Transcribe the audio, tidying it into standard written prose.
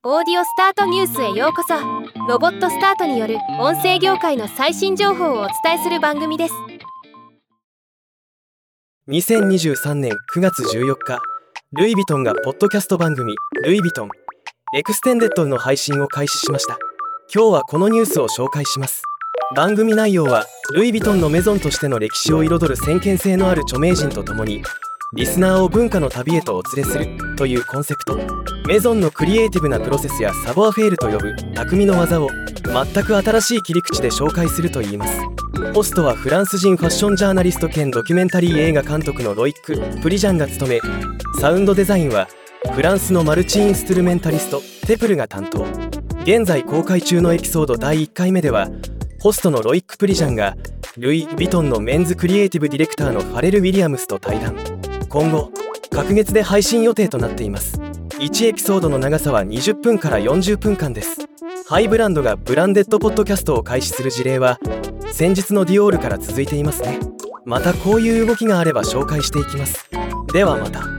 オーディオスタートニュースへようこそ。ロボットスタートによる音声業界の最新情報をお伝えする番組です。 2023年9月14日、ルイ・ヴィトンがポッドキャスト番組ルイ・ヴィトンエクステンデッドの配信を開始しました。今日はこのニュースを紹介します。番組内容はルイ・ヴィトンのメゾンとしての歴史を彩る先見性のある著名人とともにリスナーを文化の旅へとお連れするというコンセプト。メゾンのクリエイティブなプロセスやサボアフェールと呼ぶ匠の技を全く新しい切り口で紹介するといいます。ホストはフランス人ファッションジャーナリスト兼ドキュメンタリー映画監督のロイック・プリジャンが務め、サウンドデザインはフランスのマルチインストゥルメンタリストテプルが担当。現在公開中のエピソード第1回目では、ホストのロイック・プリジャンがルイ・ヴィトンのメンズクリエイティブディレクターのファレル・ウィリアムスと対談。今後隔月で配信予定となっています。1エピソードの長さは20分から40分間です。ハイブランドがブランデッドポッドキャストを開始する事例は先日のディオールから続いていますね。またこういう動きがあれば紹介していきます。ではまた。